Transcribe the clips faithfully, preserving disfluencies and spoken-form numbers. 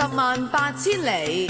萬八千里。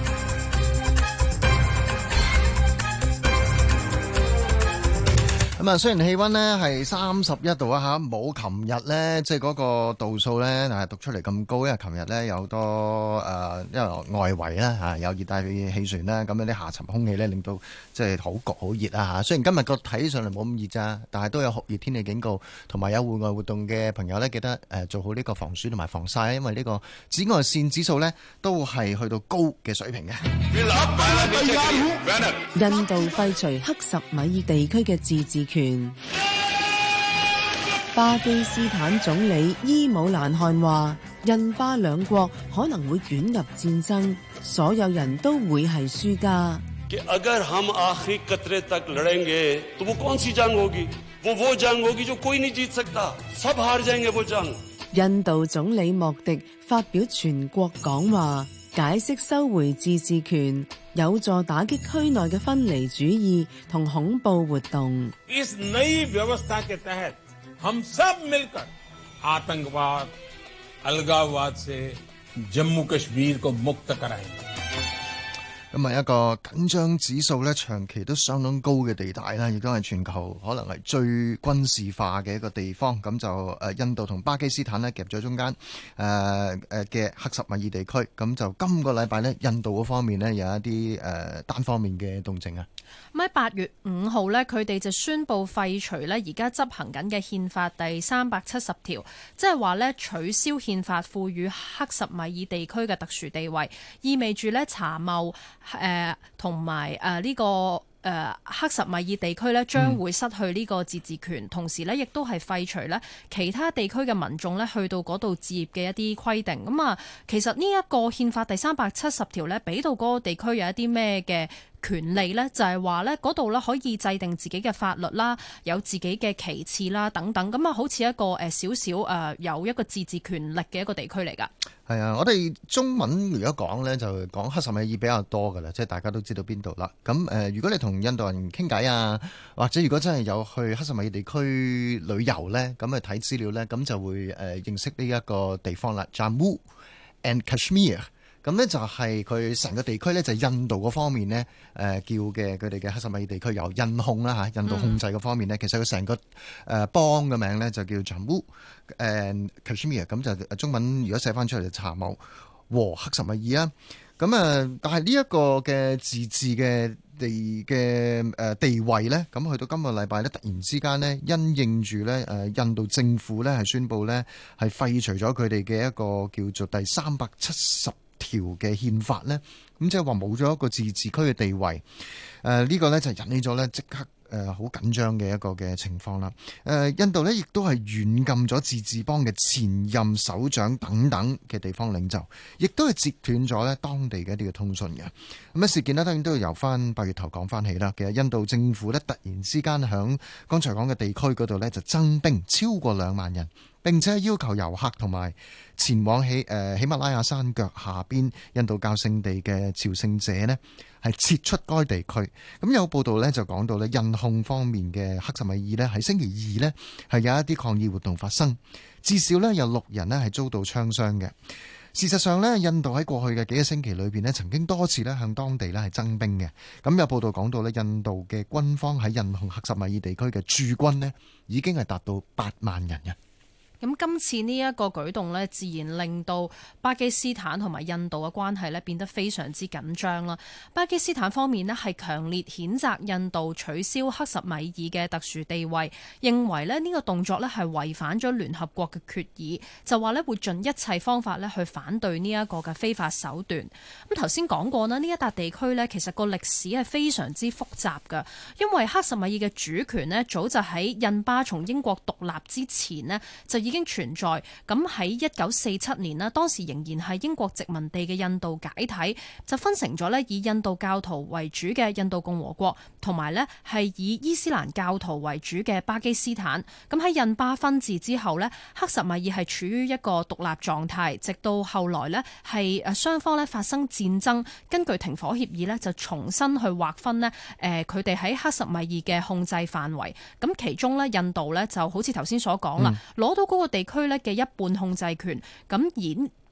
咁啊，雖然氣溫呢係三十一度啊嚇，冇琴日呢即係嗰個度數呢係讀出嚟咁高，因為琴日呢有好多誒、呃，因為外圍啦嚇有熱帶氣旋啦，咁有啲下沉空氣呢令到即係好焗好熱啊嚇。雖然今日個睇上嚟冇咁熱咋，但係都有酷熱天氣警告，同埋有戶外活動嘅朋友呢，記得誒做好呢個防暑同埋防曬，因為呢個紫外線指數呢都係去到高嘅水平嘅。 印度廢除克什米爾地區嘅自治權。巴基斯坦總理伊姆蘭汗話，印巴兩國可能會捲入戰爭，所有人都會係輸家。印度總理莫迪發表全國講話，解釋收回自治權有助打擊區內嘅分離主義同恐怖活動。 咁啊，一個緊張指數呢長期都相當高嘅地帶啦，亦都係全球可能係最軍事化嘅一個地方。咁就誒印度同巴基斯坦呢夾咗中間誒誒嘅克什米爾地區。咁就今個禮拜呢，印度嗰方面呢有一啲誒單方面嘅動靜啊。 咁喺八月五號呢，佢哋就宣布廢除呢而家執行緊嘅憲法第三百七十條，即係話呢取消憲法賦予克什米爾地區嘅特殊地位，意味住呢查謨誒同埋誒呢個誒、呃、克什米爾地區呢將會失去呢個自治權，嗯、同時呢亦都係廢除呢其他地區嘅民眾呢去到嗰度置業嘅一啲規定。咁啊，其實呢一個憲法第三百七十條呢，俾到嗰個地區有一啲咩嘅權利呢？就係話呢嗰度呢可以制定自己嘅法律啦，有自己嘅旗幟啦等等，咁啊好似一個誒少少誒有一個自治權力嘅一個地區嚟㗎。 係啊，我哋中文如果講呢，就講克什米爾比較多㗎啦，即係大家都知道邊度啦。咁誒、呃，如果你同印度人傾偈啊，或者如果真係有去克什米爾地區旅遊呢，咁去睇資料呢，咁就會誒、呃、認識呢一個地方啦 ，Jammu and Kashmir。咁呢就係佢成個地區呢，就係印度嗰方面呢誒、呃、叫嘅佢哋嘅克什米爾地區由印控啦嚇，印度控制嗰方面呢，嗯、其實佢成個誒邦嘅名呢，就叫 Jammu and Kashmir， 咁就中文如果寫翻出嚟就查謨和克什米爾啊。咁啊，但係呢一個嘅自治嘅地嘅誒地位呢，咁去到今個禮拜呢，突然之間呢，因應住呢誒印度政府呢，係宣布呢，係廢除咗佢哋嘅一個叫做第三百七十條嘅憲法呢，咁即係話冇咗一個自治區嘅地位，誒、呃、呢、這個呢，就引起咗呢即刻誒好緊張嘅一個嘅情況啦。誒、呃、印度呢，亦都係軟禁咗自治邦嘅前任首長等等嘅地方領袖，亦都係截斷咗呢當地嘅一啲嘅通訊嘅。咁啊事件呢，當然都要由翻八月頭講翻起啦。其實印度政府呢，突然之間響剛才講嘅地區嗰度呢，就增兵超過兩萬人。並且要求遊客同埋前往喜誒喜馬拉雅山腳下邊印度教聖地嘅朝聖者呢，係撤出該地區。咁有報道呢，就講到呢，印控方面嘅克什米爾呢，喺星期二呢，係有一啲抗議活動發生，至少呢，有六人呢係遭到槍傷嘅。事實上呢，印度喺過去嘅幾個星期裏邊呢，曾經多次呢向當地呢係增兵嘅。咁有報道講到呢，印度嘅軍方喺印控克什米爾地區嘅駐軍呢，已經係達到八萬人嘅。 咁今次呢一個舉動呢，自然令到巴基斯坦同埋印度嘅關係呢變得非常之緊張啦。巴基斯坦方面呢係強烈譴責印度取消克什米爾嘅特殊地位，認為呢呢個動作呢係違反咗聯合國嘅決議，就話呢會盡一切方法呢去反對呢一個嘅非法手段。咁頭先講過啦，呢一笪地區呢其實個歷史係非常之複雜㗎，因為克什米爾嘅主權呢早就喺印巴從英國獨立之前呢就已經存在。咁喺一九四七年啦，當時仍然係英國殖民地嘅印度解體，就分成咗咧以印度教徒為主嘅印度共和國，同埋咧係以伊斯蘭教徒為主嘅巴基斯坦。咁喺印巴分治之後咧，克什米爾係處於一個獨立狀態，直到後來咧係誒雙方咧發生戰爭，根據停火協議咧就重新去劃分咧誒佢哋喺克什米爾嘅控制範圍。咁其中咧印度咧就好似頭先所講啦，攞到嗰個地區咧嘅一半控制權，咁而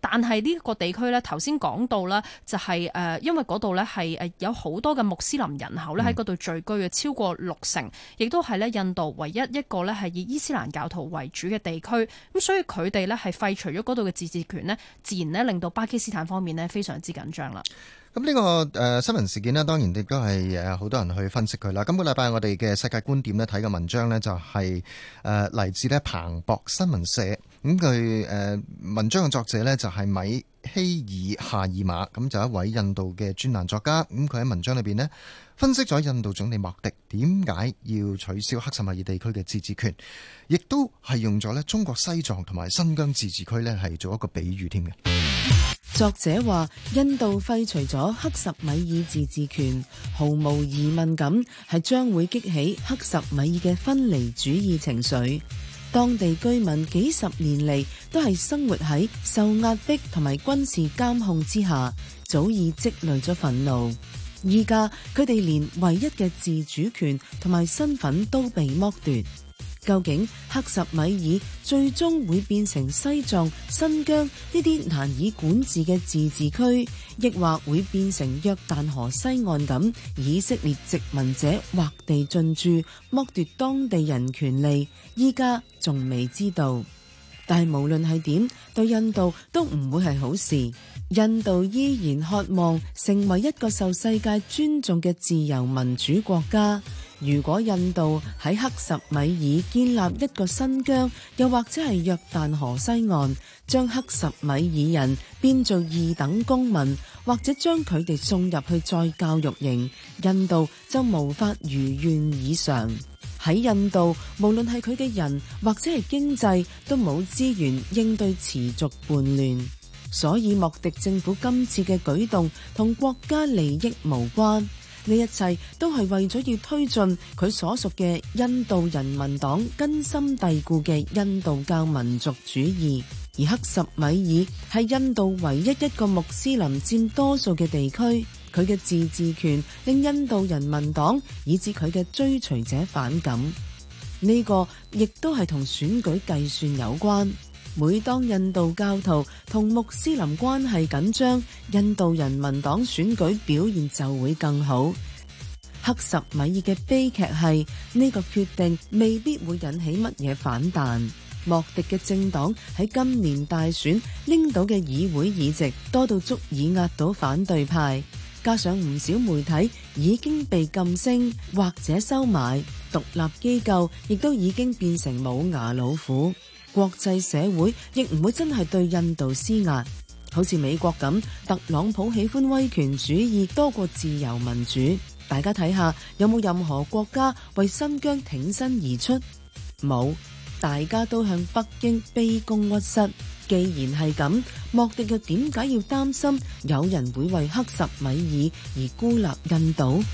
但係呢個地區呢，頭先講到啦，就係誒，因為嗰度呢係誒有好多嘅穆斯林人口呢喺嗰度聚居嘅，超過六成，亦都係呢印度唯一一個呢係以伊斯蘭教徒為主嘅地區。咁所以佢哋呢係廢除咗嗰度嘅自治權呢，自然呢令到巴基斯坦方面呢非常之緊張啦。 咁呢、這個誒、呃、新聞事件呢，當然亦都係誒好多人去分析佢啦。今個禮拜我哋嘅世界觀點呢，睇嘅文章呢，就係誒嚟自呢彭博新聞社。咁佢誒文章嘅作者呢，就係米希爾夏爾馬，咁就一位印度嘅專欄作家。咁佢喺文章裏邊呢，分析咗印度總理莫迪點解要取消克什米爾地區嘅自治權，亦都係用咗呢中國西藏同埋新疆自治區呢，係做一個比喻添嘅。 作者話，印度廢除咗克什米爾自治權，毫無疑問咁係將會激起克什米爾嘅分離主義情緒。當地居民幾十年嚟都係生活喺受壓迫同埋軍事監控之下，早已積累咗憤怒。依家佢哋連唯一嘅自主權同埋身份都被剝奪。究竟克什米爾最終會變成西藏、新疆呢啲難以管治嘅自治區，抑或會變成約旦河西岸咁，以色列殖民者劃地進駐，剝奪當地人權利？依家仲未知道。但係無論係點，對印度都唔會係好事。印度依然渴望成為一個受世界尊重嘅自由民主國家。如果印度喺克什米爾建立一個新疆，又或者係約旦河西岸，將克什米爾人變做二等公民，或者將佢哋送入去再教育營，印度就無法如願以償。喺印度，無論係佢嘅人或者係經濟，都冇資源應對持續叛亂。所以莫迪政府今次嘅舉動同國家利益無關，呢一切都係為咗要推進佢所屬嘅印度人民黨根深蒂固嘅印度教民族主義。而克什米爾係印度唯一一個穆斯林佔多數嘅地區，佢嘅自治權令印度人民黨以至佢嘅追隨者反感。呢個亦都係同選舉計算有關。每當印度教徒同穆斯林關係緊張，印度人民黨選舉表現就會更好。克什米爾嘅悲劇係呢個決定未必會引起乜嘢反彈。莫迪嘅政黨喺今年大選拎到嘅議會議席多到足以壓倒反對派，加上唔少媒體已經被禁聲或者收買，獨立機構亦都已經變成冇牙老虎。國際社會亦唔會真係對印度施壓，好似美國咁，特朗普喜歡威權主義多過自由民主。大家睇下有冇任何國家為新疆挺身而出？冇，大家都向北京卑躬屈膝。既然係咁，莫迪又點解要擔心有人會為克什米爾而孤立印度？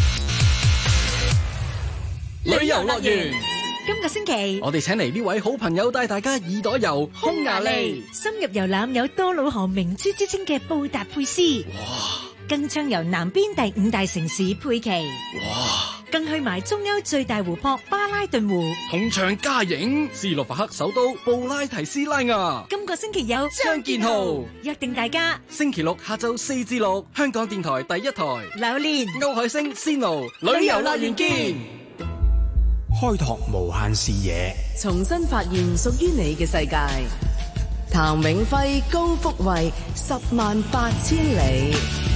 旅遊樂園。 今個星期， 我哋請嚟呢位好朋友帶大家耳朵遊匈牙利， 深入遊覽有多瑙河明珠之稱嘅布達佩斯， 哇！ 更暢遊南邊第五大城市佩奇， 哇！ 更去埋中歐最大湖泊巴拉頓湖， 同場加映斯洛伐克首都布拉提斯拉雅。 今個星期有張建豪， 約定大家星期六下晝四至六，香港電台第一台， 榴蓮歐海星 Sino 旅遊樂園見。 開拓無限視野， 重新發現屬於你嘅世界。譚永輝、高福慧，十萬八千里。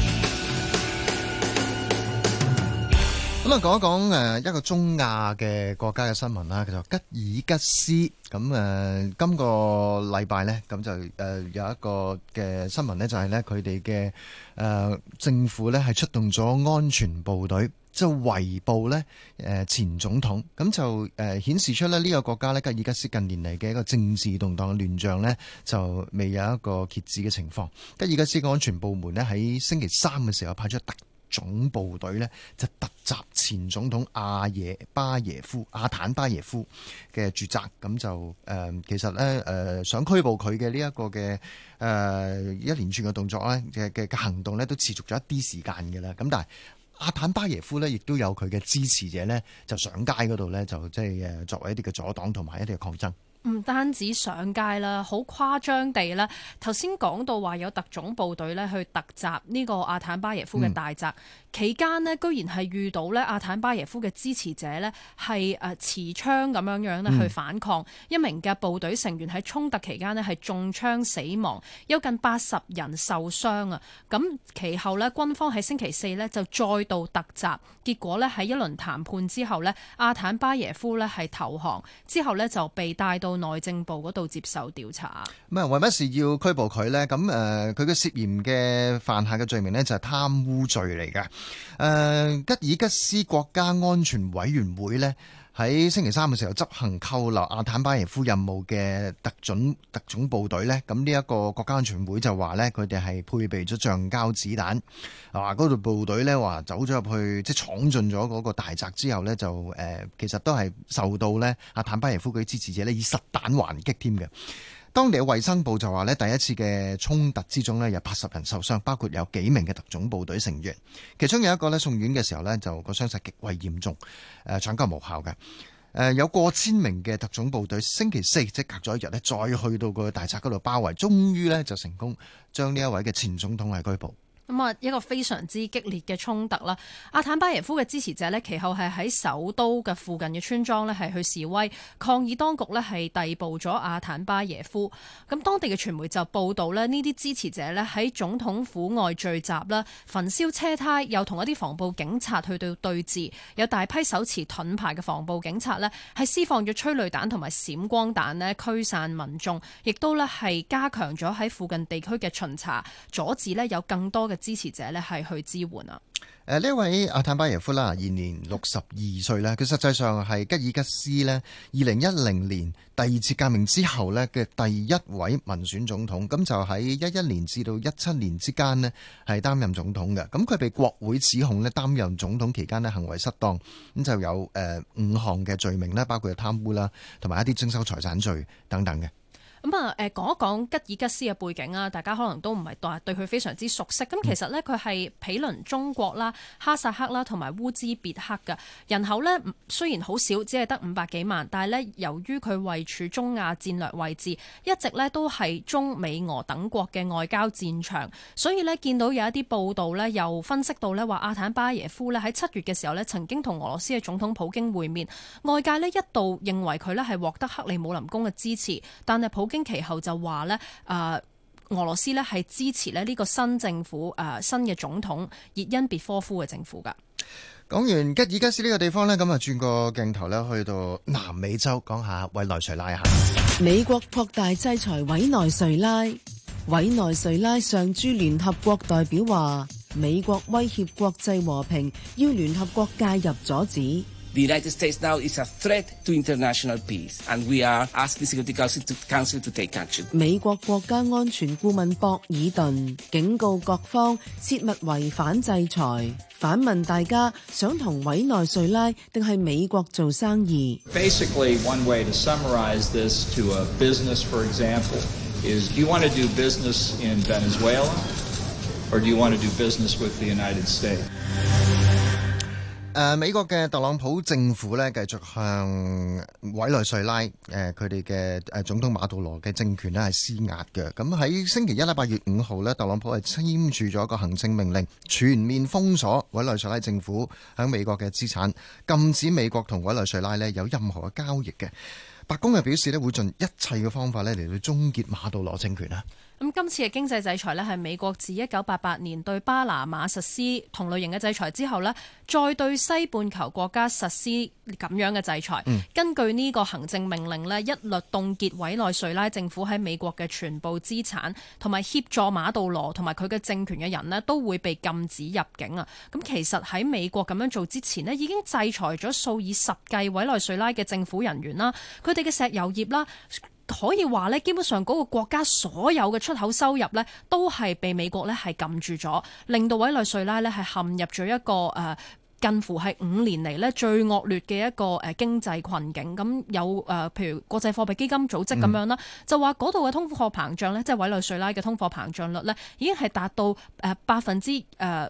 咁啊，講一講誒一個中亞嘅國家嘅新聞啦，叫做吉爾吉斯。咁誒，今個禮拜呢，咁就誒有一個嘅新聞呢，就係呢佢哋嘅誒政府呢係出動咗安全部隊，就圍捕呢誒前總統。咁就誒顯示出咧呢個國家呢，吉爾吉斯近年嚟嘅一個政治動盪嘅亂象呢，就未有一個遏止嘅情況。吉爾吉斯嘅安全部門呢，喺星期三嘅時候派出特總部隊呢，就突襲前總統阿耶巴耶夫阿坦巴耶夫嘅住宅，咁就誒、呃、其實咧誒、呃、想拘捕佢嘅呢一個嘅誒、呃、一連串嘅動作咧嘅嘅嘅行動咧都持續咗一啲時間嘅啦。咁但係阿坦巴耶夫咧亦都有佢嘅支持者咧就上街嗰度咧就即係誒作為一啲嘅阻擋同埋一啲嘅抗爭。 唔單止上街啦，好誇張地啦。頭先講到話有特種部隊咧去突襲呢個阿坦巴耶夫嘅大宅、嗯、期間呢，居然係遇到咧阿坦巴耶夫嘅支持者咧係誒持槍咁樣樣咧去反抗，嗯、一名嘅部隊成員喺衝突期間咧係中槍死亡，有近八十人受傷啊！咁其後咧軍方喺星期四咧就再度突襲，結果咧喺一輪談判之後咧，阿坦巴耶夫咧係投降，之後咧就被帶到內政部嗰度接受調查。 咁啊，為乜事要拘捕佢呢？咁誒，佢、呃、嘅涉嫌嘅犯下嘅罪名呢，就係貪污罪嚟嘅。誒、呃，吉爾吉斯國家安全委員會呢，喺星期三嘅時候執行扣留阿坦巴耶夫任務嘅特種特種部隊呢，咁呢一個國家安全會就話呢，佢哋係配備咗橡膠子彈。啊，嗰度部隊呢話走咗入去，即係闖進咗嗰個大宅之後呢，就誒、呃、其實都係受到呢阿坦巴耶夫嗰啲支持者呢以實彈還擊添嘅。當地嘅衛生部就話呢，第一次嘅衝突之中呢，有八十人受傷，包括有幾名嘅特種部隊成員，其中有一個呢送院嘅時候呢，就個傷勢極為嚴重，誒搶救無效嘅。誒有過千名嘅特種部隊星期四即隔咗一日呢，再去到個大宅嗰度包圍，終於呢就成功將呢一位嘅前總統係拘捕。 咁啊，一個非常之激烈嘅衝突啦！阿坦巴耶夫嘅支持者呢，其後係喺首都嘅附近嘅村莊呢係去示威抗議當局呢係逮捕咗阿坦巴耶夫。咁當地嘅傳媒就報道呢，呢啲支持者呢喺總統府外聚集啦，焚燒車胎，又同一啲防暴警察去到對峙，有大批手持盾牌嘅防暴警察呢係施放咗催淚彈同埋閃光彈呢驅散民眾，亦都呢係加強咗喺附近地區嘅巡查，阻止呢有更多嘅支持者呢係去支援啊！ 誒呢位阿坦巴耶夫啦，現年六十二歲咧，佢實際上係吉爾吉斯呢二零一零年第二次革命之後呢嘅第一位民選總統，咁就喺一一年至到一七年之間呢係擔任總統嘅。咁佢被國會指控呢擔任總統期間呢行為失當，咁就有誒五項嘅罪名呢，包括貪污啦，同埋一啲徵收財產罪等等嘅。 咁啊，誒講一講吉爾吉斯嘅背景啊，大家可能都唔係對對佢非常之熟悉。咁其實呢，佢係毗鄰中國啦、哈薩克啦同埋烏茲別克嘅人口呢，雖然好少，只係得五百幾萬，但係呢，由於佢位處中亞戰略位置，一直呢都係中美俄等國嘅外交戰場，所以呢，見到有一啲報道呢，又分析到呢話阿坦巴耶夫呢喺七月嘅時候呢曾經同俄羅斯嘅總統普京會面，外界呢一度認為佢呢係獲得克里姆林宮嘅支持，但係普京其後就話呢，誒，俄羅斯呢係支持咧呢個新政府誒新嘅總統熱恩別科夫嘅政府噶。 講完吉爾吉斯呢個地方呢，咁啊轉個鏡頭呢去到南美洲，講下委內瑞拉吓。 美國擴大制裁委內瑞拉，委內瑞拉上駐聯合國代表話，美國威脅國際和平，要聯合國介入阻止。 The United States now is a threat to international peace, and we are asking Security Council to, Council to take action. 美國國家安全顧問博爾頓警告各方切勿違反制裁，反問大家想同委內瑞拉定係美國做生意？ Basically, one way to summarize this to a business, for example, is do you want to do business in Venezuela, or do you want to do business with the United States? 誒、呃、美國嘅特朗普政府咧，繼續向委內瑞拉誒佢哋嘅誒總統馬杜羅嘅政權咧係施壓嘅。咁喺星期一咧，八月五號咧，特朗普係簽署咗一個行政命令，全面封鎖委內瑞拉政府喺美國嘅資產，禁止美國同委內瑞拉咧有任何嘅交易嘅。白宮又表示咧，會盡一切嘅方法咧嚟到終結馬杜羅政權啊！ 咁今次嘅經濟制裁呢，係美國自一九八八年對巴拿馬實施同類型嘅制裁之後呢，再對西半球國家實施咁樣嘅制裁。嗯、根據呢個行政命令呢，一律凍結委內瑞拉政府喺美國嘅全部資產，同埋協助馬杜羅同埋佢嘅政權嘅人呢，都會被禁止入境啊！咁其實喺美國咁樣做之前呢，已經制裁咗數以十計委內瑞拉嘅政府人員啦，佢哋嘅石油業啦。可以話咧，基本上嗰個國家所有嘅出口收入咧，都係被美國咧係撳住咗，令到委內瑞拉咧係陷入咗一個誒、呃、近乎係五年嚟咧最惡劣嘅一個誒經濟困境。咁有誒、呃，譬如國際貨幣基金組織咁樣啦，嗯、就話嗰度嘅通貨膨脹咧，即係委內瑞拉嘅通貨膨脹率咧，已經係達到誒百分之誒。一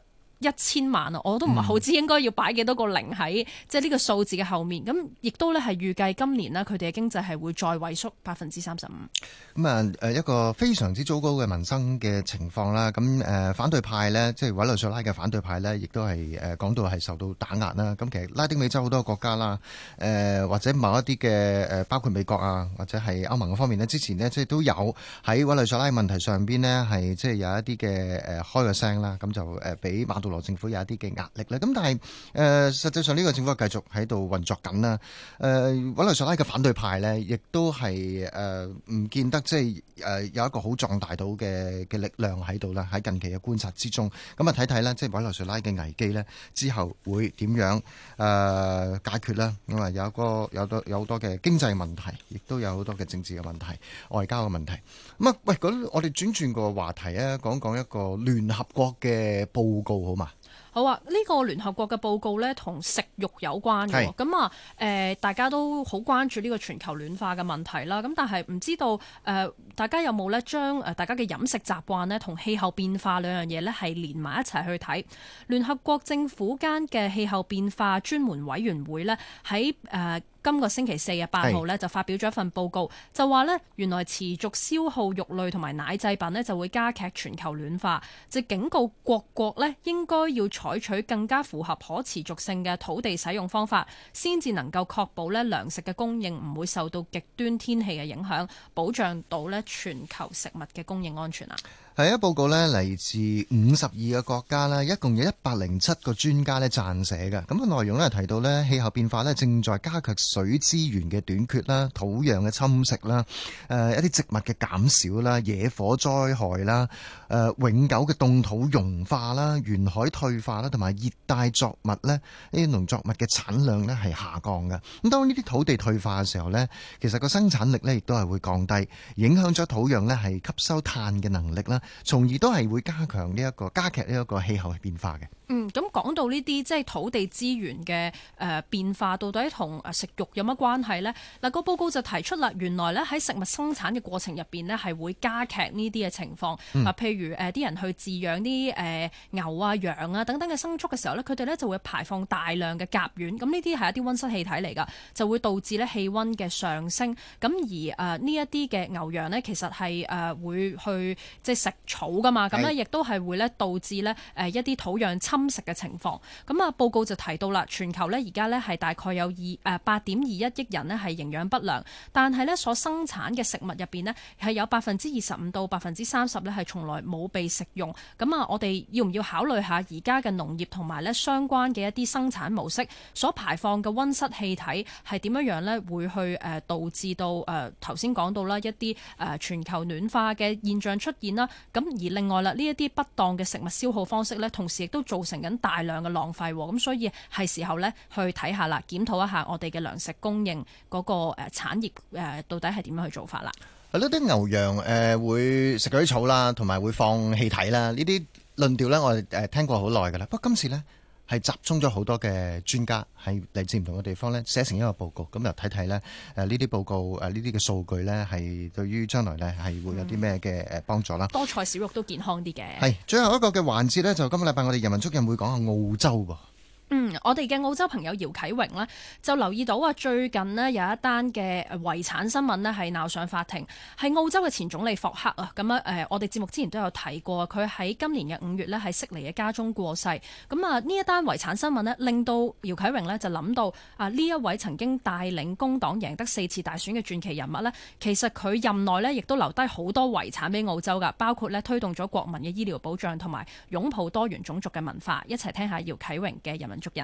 一千萬啊，我都唔係好知應該要擺幾多個零喺即係呢個數字嘅後面。咁亦都咧係預計今年呢，佢哋嘅經濟係會再萎縮百分之三十五。 咁啊誒一個非常之糟糕嘅民生嘅情況啦。咁誒反對派呢，即係委內瑞拉嘅反對派呢，亦都係誒講到係受到打壓啦。咁其實拉丁美洲好多國家啦，誒或者某一啲嘅誒包括美國啊或者係歐盟嘅方面呢，之前呢，即係都有喺委內瑞拉問題上邊呢，係即係有一啲嘅誒開個聲啦。咁就誒俾馬杜羅政府有一啲嘅壓力啦。咁但係誒、呃、實際上呢個政府繼續喺度運作緊啦。誒、呃、委內瑞拉嘅反對派呢，亦都係誒唔見得即係誒有一個好壯大到嘅嘅力量喺度啦。喺近期嘅觀察之中，咁啊睇睇呢，即係委內瑞拉嘅危機呢，之後會點樣誒、呃、解決啦。咁啊有個有多有好多嘅經濟問題，亦都有好多嘅政治嘅問題、外交嘅問題。咁啊喂，咁我哋轉轉個話題啊，講講一個聯合國嘅報告好嘛？ 好啊！呢、這個聯合國嘅報告呢，同食肉有關嘅，咁啊誒，大家都好關注呢個全球暖化嘅問題啦。咁但係唔知道誒、呃，大家有冇呢將誒大家嘅飲食習慣呢同氣候變化兩樣嘢呢係連埋一齊去睇？聯合國政府間嘅氣候變化專門委員會呢，喺誒。呃今個星期四啊，八號呢就發表咗一份報告，就話呢原來持續消耗肉類同埋奶製品呢就會加劇全球暖化，即警告各國呢應該要採取更加符合可持續性嘅土地使用方法，先至能夠確保呢糧食嘅供應唔會受到極端天氣嘅影響，保障到呢全球食物嘅供應安全啊！ 係啊，報告呢嚟自五十二個國家啦，一共有一百零七個專家呢撰寫嘅。咁個內容呢提到呢氣候變化呢正在加劇水資源嘅短缺啦、土壤嘅侵蝕啦、誒一啲植物嘅減少啦、野火災害啦、誒永久嘅凍土融化啦、沿海退化啦，同埋熱帶作物呢呢啲農作物嘅產量呢係下降嘅。咁當呢啲土地退化嘅時候呢，其實個生產力呢亦都係會降低，影響咗土壤呢係吸收碳嘅能力啦。從而都係會加強呢一個加劇呢一個氣候變化嘅。 嗯，咁講到呢啲即係土地資源嘅誒變化，到底同誒食肉有乜關係呢？嗱，個報告就提出啦，原來咧喺食物生產嘅過程入邊呢係會加劇呢啲嘅情況。啊、嗯，譬如誒啲人去飼養啲誒牛啊、羊啊等等嘅牲畜嘅時候呢，佢哋咧就會排放大量嘅甲烷。咁呢啲係一啲溫室氣體嚟㗎，就會導致咧氣溫嘅上升。咁而誒呢一啲嘅牛羊呢，其實係誒會去即係食草㗎嘛。咁咧亦都係會咧導致咧誒一啲土壤侵蝕嘅情況。咁啊，報告就提到啦，全球咧而家咧係大概有二誒八點二一億人咧係營養不良，但係咧所生產嘅食物入邊咧係有百分之二十五到百分之三十咧係從來冇被食用。咁啊，我哋要唔要考慮下而家嘅農業同埋咧相關嘅一啲生產模式所排放嘅溫室氣體係點樣樣咧，會去誒導致到誒頭先講到啦一啲誒全球暖化嘅現象出現啦。咁而另外啦，呢一啲不當嘅食物消耗方式咧，同時亦都造成緊大量嘅浪費。咁所以係時候咧去睇下啦，檢討一下我哋嘅糧食供應嗰個誒產業誒到底係點樣去做法啦。 係咯，啲牛羊誒會食嗰啲草啦，同埋會放氣體啦。呢啲論調咧，我哋誒聽過好耐㗎啦。不過今次咧係集中咗好多嘅專家係嚟自唔同嘅地方咧，寫成一個報告。咁又睇睇咧誒呢啲報告誒呢啲嘅數據咧，係對於將來咧係會有啲咩嘅誒幫助啦。 多菜少肉都健康啲嘅。 係最後一個嘅環節咧，就今個禮拜我哋人文足印會講下澳洲喎。 嗯，我哋嘅澳洲朋友姚啟榮呢，就留意到啊，最近呢有一單嘅遺產新聞呢係鬧上法庭，係澳洲嘅前總理霍克啊。咁啊誒，我哋節目之前都有提過，佢喺今年嘅五月呢喺悉尼嘅家中過世。咁啊，呢一單遺產新聞呢，令到姚啟榮呢就諗到啊，呢一位曾經帶領工黨贏得四次大選嘅傳奇人物呢，其實佢任內呢亦都留低好多遺產俾澳洲㗎，包括呢推動咗國民嘅醫療保障同埋擁抱多元種族嘅文化。一齊聽下姚啟榮嘅人文足印。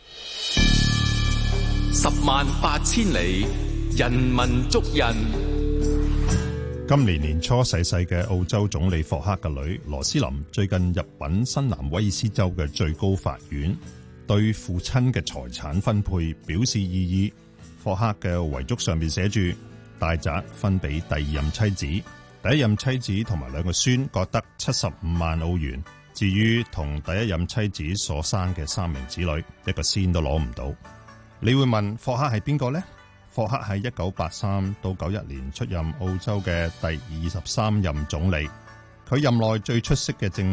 十萬八千里，人文足印。 今年年初逝世嘅澳洲總理霍克嘅女羅斯林最近入稟新南威爾斯州嘅最高法院，對父親嘅財產分配表示異議。霍克嘅遺囑上面寫住，大宅分俾第二任妻子，第一任妻子同埋兩個孫各得七十五萬澳元。至於同第一任妻子所生嘅三名子女，一個仙都攞唔到。你會問霍克係邊個呢？霍克喺一九八三到九一年出任澳洲嘅第二十三任總理。佢任內最出色嘅政績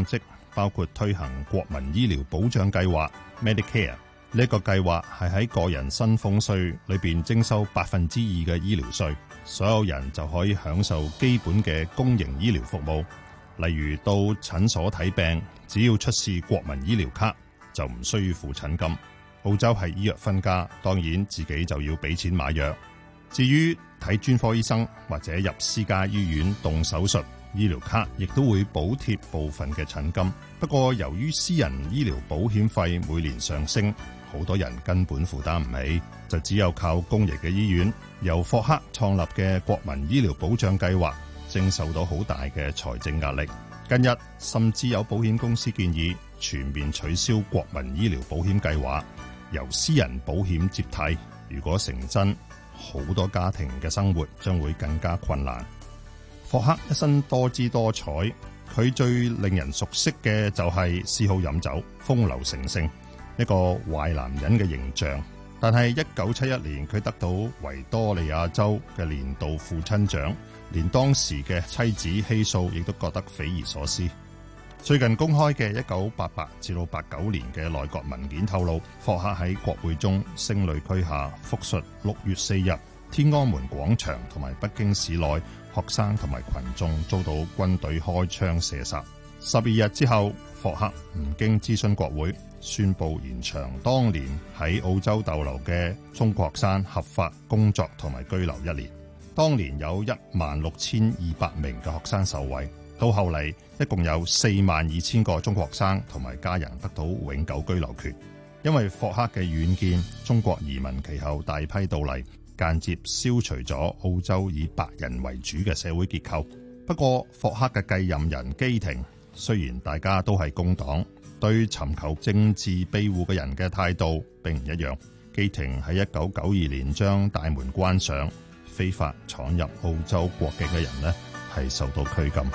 包括推行國民醫療保障計劃 Medicare。呢個計劃係喺個人薪俸稅裏邊徵收百分之二嘅醫療稅，所有人就可以享受基本嘅公營醫療服務，例如到診所睇病，只要出示國民醫療卡就唔需要付診金。澳洲係醫藥分家，當然自己就要俾錢買藥。至於睇專科醫生或者入私家醫院動手術，醫療卡亦都會補貼部分嘅診金。不過由於私人醫療保險費每年上升，好多人根本負擔唔起，就只有靠公營嘅醫院。由霍克創立嘅國民醫療保障計劃正受到好大嘅財政壓力。近日甚至有保險公司建議全面取消國民醫療保險計劃，由私人保險接替。如果成真，好多家庭嘅生活將會更加困難。霍克一生多姿多彩，佢最令人熟悉嘅就係嗜好飲酒、風流成性，一個壞男人嘅形象。但係一九七一年佢得到維多利亞州嘅年度父親獎，連當時嘅妻子希素亦都覺得匪夷所思。最近公開嘅一九八八至到八九年嘅內閣文件透露，霍克喺國會中聲淚俱下復述六月四日天安門廣場同埋北京市內學生同埋群眾遭到軍隊開槍射殺。十二日之後，霍克唔經諮詢國會，宣布延長當年喺澳洲逗留嘅中國學生合法工作同埋居留一年。當年有一萬六千二百名嘅學生受惠，到後嚟一共有四萬二千個中國學生同埋家人得到永久居留權。因為霍克嘅遠見，中國移民其後大批到嚟，間接消除咗澳洲以白人為主嘅社會結構。不過霍克嘅繼任人基廷，雖然大家都係工黨，對尋求政治庇護嘅人嘅態度並唔一樣。基廷喺一九九二年將大門關上，非法闖入澳洲國境嘅人呢係受到拘禁。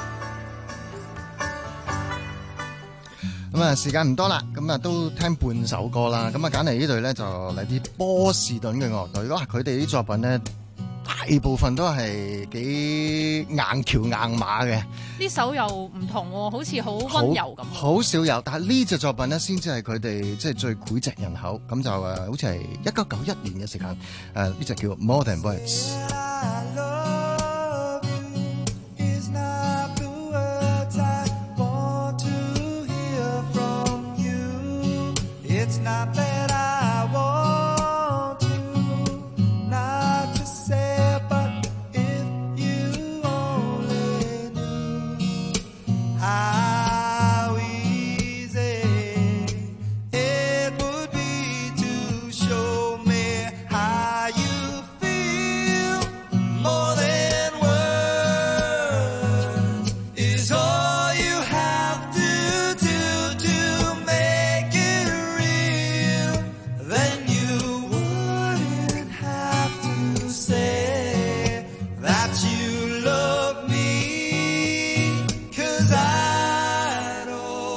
咁啊，時間唔多啦，咁啊都聽半首歌啦。咁啊，揀嚟呢隊咧就嚟啲波士頓嘅樂隊。哇，佢哋啲作品咧大部分都係幾硬橋硬馬嘅。 呢首又唔同，好似好溫柔咁。 好少有，但係呢隻作品咧先至係佢哋即係最膾炙人口。咁就誒，好似係一九九一年嘅時間。誒，呢隻叫 More Than Words。 It's not that I want to, not to say, but if you only knew how easy it would be to show me how you feel. More than words is all you have to do to make it real. Then you wouldn't have to say that you love me, 'cause I'd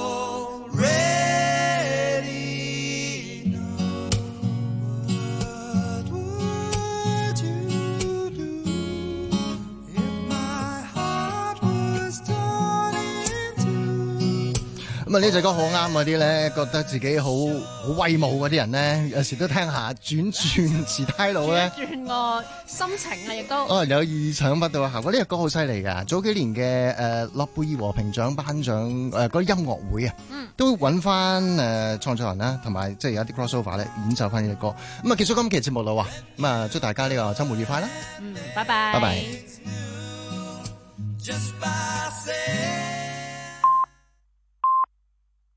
already know. What would you do if my heart was torn in two? 咁啊，呢隻歌好啱嗰啲咧，覺得自己好好威武嗰啲人咧，有時都聽下轉轉時態路咧。 轉個心情啊，亦都哦，有意想不到嘅效果。呢隻歌好犀利㗎，早幾年嘅誒諾貝爾和平獎頒獎誒嗰啲音樂會啊， 嗯， 都揾翻誒創作人啦，同埋即係有啲 crossover 咧演奏翻呢隻歌。咁啊，結束今期節目啦喎，咁啊，祝大家呢個週末愉快啦。 嗯，拜拜， 拜拜。 Just by saying